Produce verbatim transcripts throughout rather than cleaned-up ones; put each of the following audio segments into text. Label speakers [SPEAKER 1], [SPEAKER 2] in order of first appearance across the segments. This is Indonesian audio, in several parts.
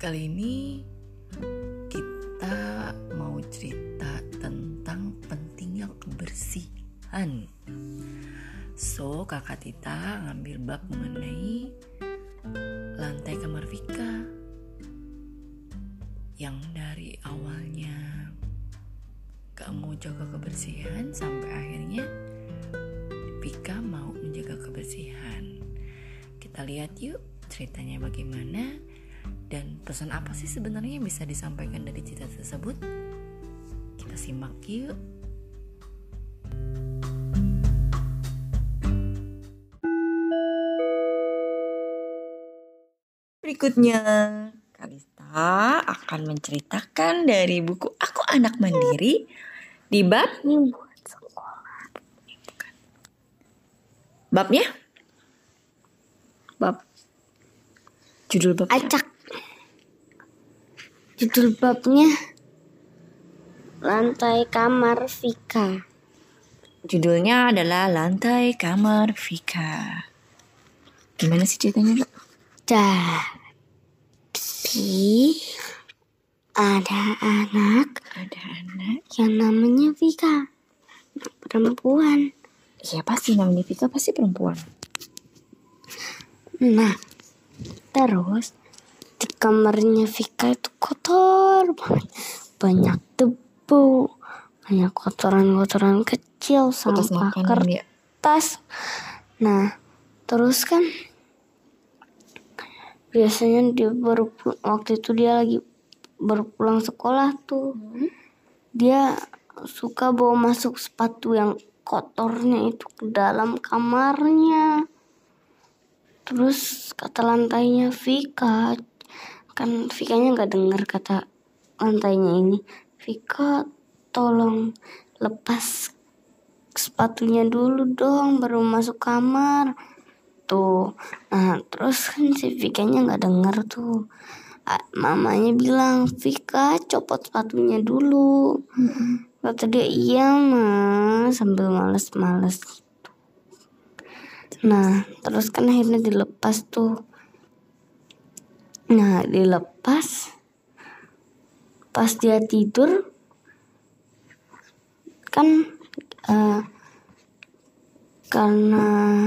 [SPEAKER 1] kali ini kita mau cerita tentang pentingnya kebersihan. So, kakak Tita ngambil bab mengenai lantai kamar Vika yang dari awalnya gak mau jaga kebersihan sampai akhirnya Vika mau menjaga kebersihan. Kita lihat yuk ceritanya bagaimana dan pesan apa sih sebenarnya yang bisa disampaikan dari cerita tersebut. Kita simak yuk. Berikutnya Kalista akan menceritakan dari buku Aku Anak Mandiri di bab babnya
[SPEAKER 2] bab
[SPEAKER 1] judul babnya
[SPEAKER 2] acak. Judul babnya Lantai Kamar Vika.
[SPEAKER 1] Judulnya adalah Lantai Kamar Vika. Gimana sih ceritanya, Dok?
[SPEAKER 2] Jadi ada anak
[SPEAKER 1] Ada anak.
[SPEAKER 2] yang namanya Vika, perempuan.
[SPEAKER 1] Siapa sih namanya Vika? Pasti perempuan.
[SPEAKER 2] Nah, terus di kamarnya Vika itu kotor banget, banyak debu, banyak kotoran-kotoran kecil,
[SPEAKER 1] Bekas
[SPEAKER 2] sampah
[SPEAKER 1] makanan ya.
[SPEAKER 2] kertas. Nah, terus kan biasanya dia baru pu- waktu itu dia lagi baru pulang sekolah tuh,
[SPEAKER 1] Hmm.
[SPEAKER 2] dia suka bawa masuk sepatu yang kotornya itu ke dalam kamarnya. Terus kata lantainya Vika, kan Vikanya nggak dengar kata lantainya ini, Vika tolong lepas sepatunya dulu dong baru masuk kamar tuh. Nah terus kan si Vikanya nggak dengar tuh. A- mamanya bilang, Vika copot sepatunya dulu.
[SPEAKER 1] Hmm.
[SPEAKER 2] Kata dia, iya ma, sambil males-males. Nah terus kan akhirnya dilepas tuh. Nah dilepas, pas dia tidur kan uh, karena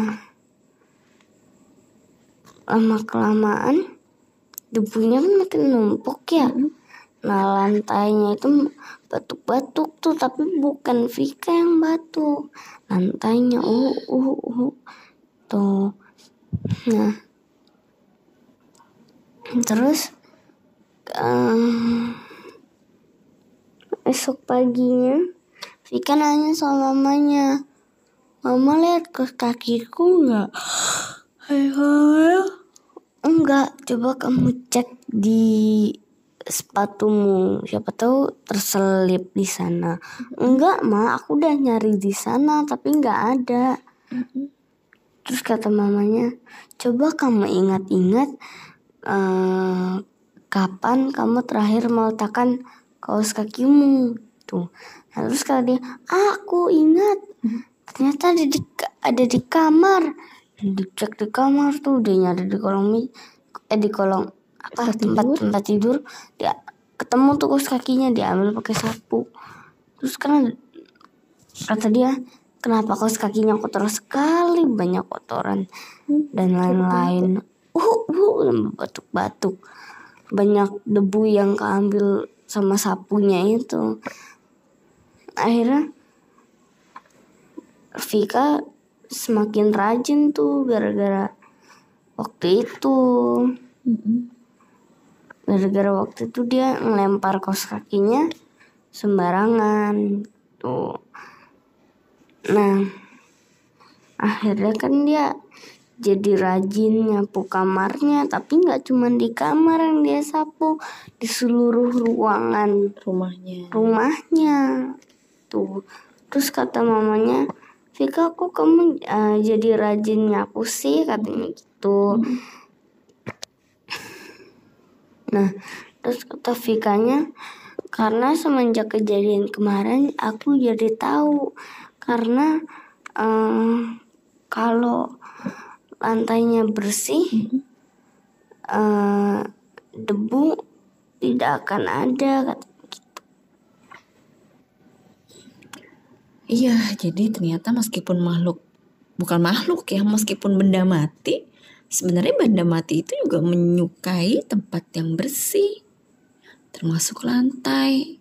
[SPEAKER 2] lama kelamaan debunya kan makin numpuk ya. Nah lantainya itu batuk-batuk tuh, tapi bukan Vika yang batuk, lantainya uh uh uh tuh. Nah terus um, esok paginya Vika nanya sama mamanya, mama lihat ke kakiku nggak? Enggak, coba kamu cek di sepatumu, siapa tahu terselip di sana. Enggak ma, aku udah nyari di sana tapi nggak ada. Terus kata mamanya, coba kamu ingat-ingat uh, kapan kamu terakhir meletakkan kaos kakimu tuh. Nah, terus kata dia, ah, aku ingat, ternyata ada di ada di kamar. Dicek di kamar tuh, dia nyari di kolong eh di kolong apa
[SPEAKER 1] Tempat
[SPEAKER 2] tempat
[SPEAKER 1] tidur.
[SPEAKER 2] tempat tidur, dia ketemu tuh kaos kakinya, diambil pakai sapu. Terus kan kata dia, kenapa kaos kakinya kotor sekali, banyak kotoran dan lain-lain. Uh, uh, batuk-batuk, banyak debu yang keambil sama sapunya itu. Akhirnya Vika semakin rajin tuh gara-gara waktu itu. Gara-gara waktu itu dia ngelempar kaos kakinya sembarangan tuh. Nah akhirnya kan dia jadi rajin nyapu kamarnya, tapi nggak cuma di kamar yang dia sapu, di seluruh ruangan
[SPEAKER 1] Rumahnya.
[SPEAKER 2] rumahnya tuh. Terus kata mamanya, Vika kok kamu uh, jadi rajin nyapu sih, katanya gitu.
[SPEAKER 1] Hmm.
[SPEAKER 2] Nah terus kata Vikanya, karena semenjak kejadian kemarin aku jadi tahu, karena uh, kalau lantainya bersih, uh, debu tidak akan ada.
[SPEAKER 1] Iya, jadi ternyata meskipun makhluk, bukan makhluk ya, meskipun benda mati, sebenarnya benda mati itu juga menyukai tempat yang bersih, termasuk lantai.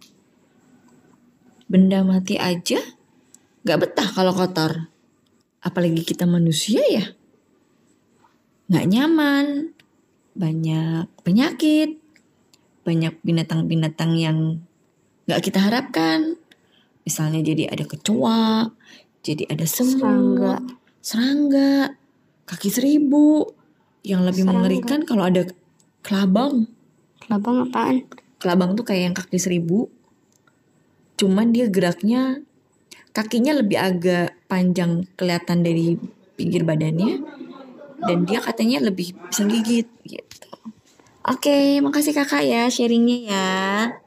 [SPEAKER 1] Benda mati aja gak betah kalau kotor. Apalagi kita manusia ya. Gak nyaman, banyak penyakit, banyak binatang-binatang yang gak kita harapkan. Misalnya jadi ada kecoa, jadi ada semut,
[SPEAKER 2] Serangga.
[SPEAKER 1] serangga, kaki seribu. Yang lebih
[SPEAKER 2] Serangga.
[SPEAKER 1] mengerikan kalau ada kelabang.
[SPEAKER 2] Kelabang apaan?
[SPEAKER 1] Kelabang tuh kayak yang kaki seribu. Cuman dia geraknya, kakinya lebih agak panjang kelihatan dari pinggir badannya. Dan dia katanya lebih bisa gigit gitu. Oke, makasih kakak ya sharingnya ya.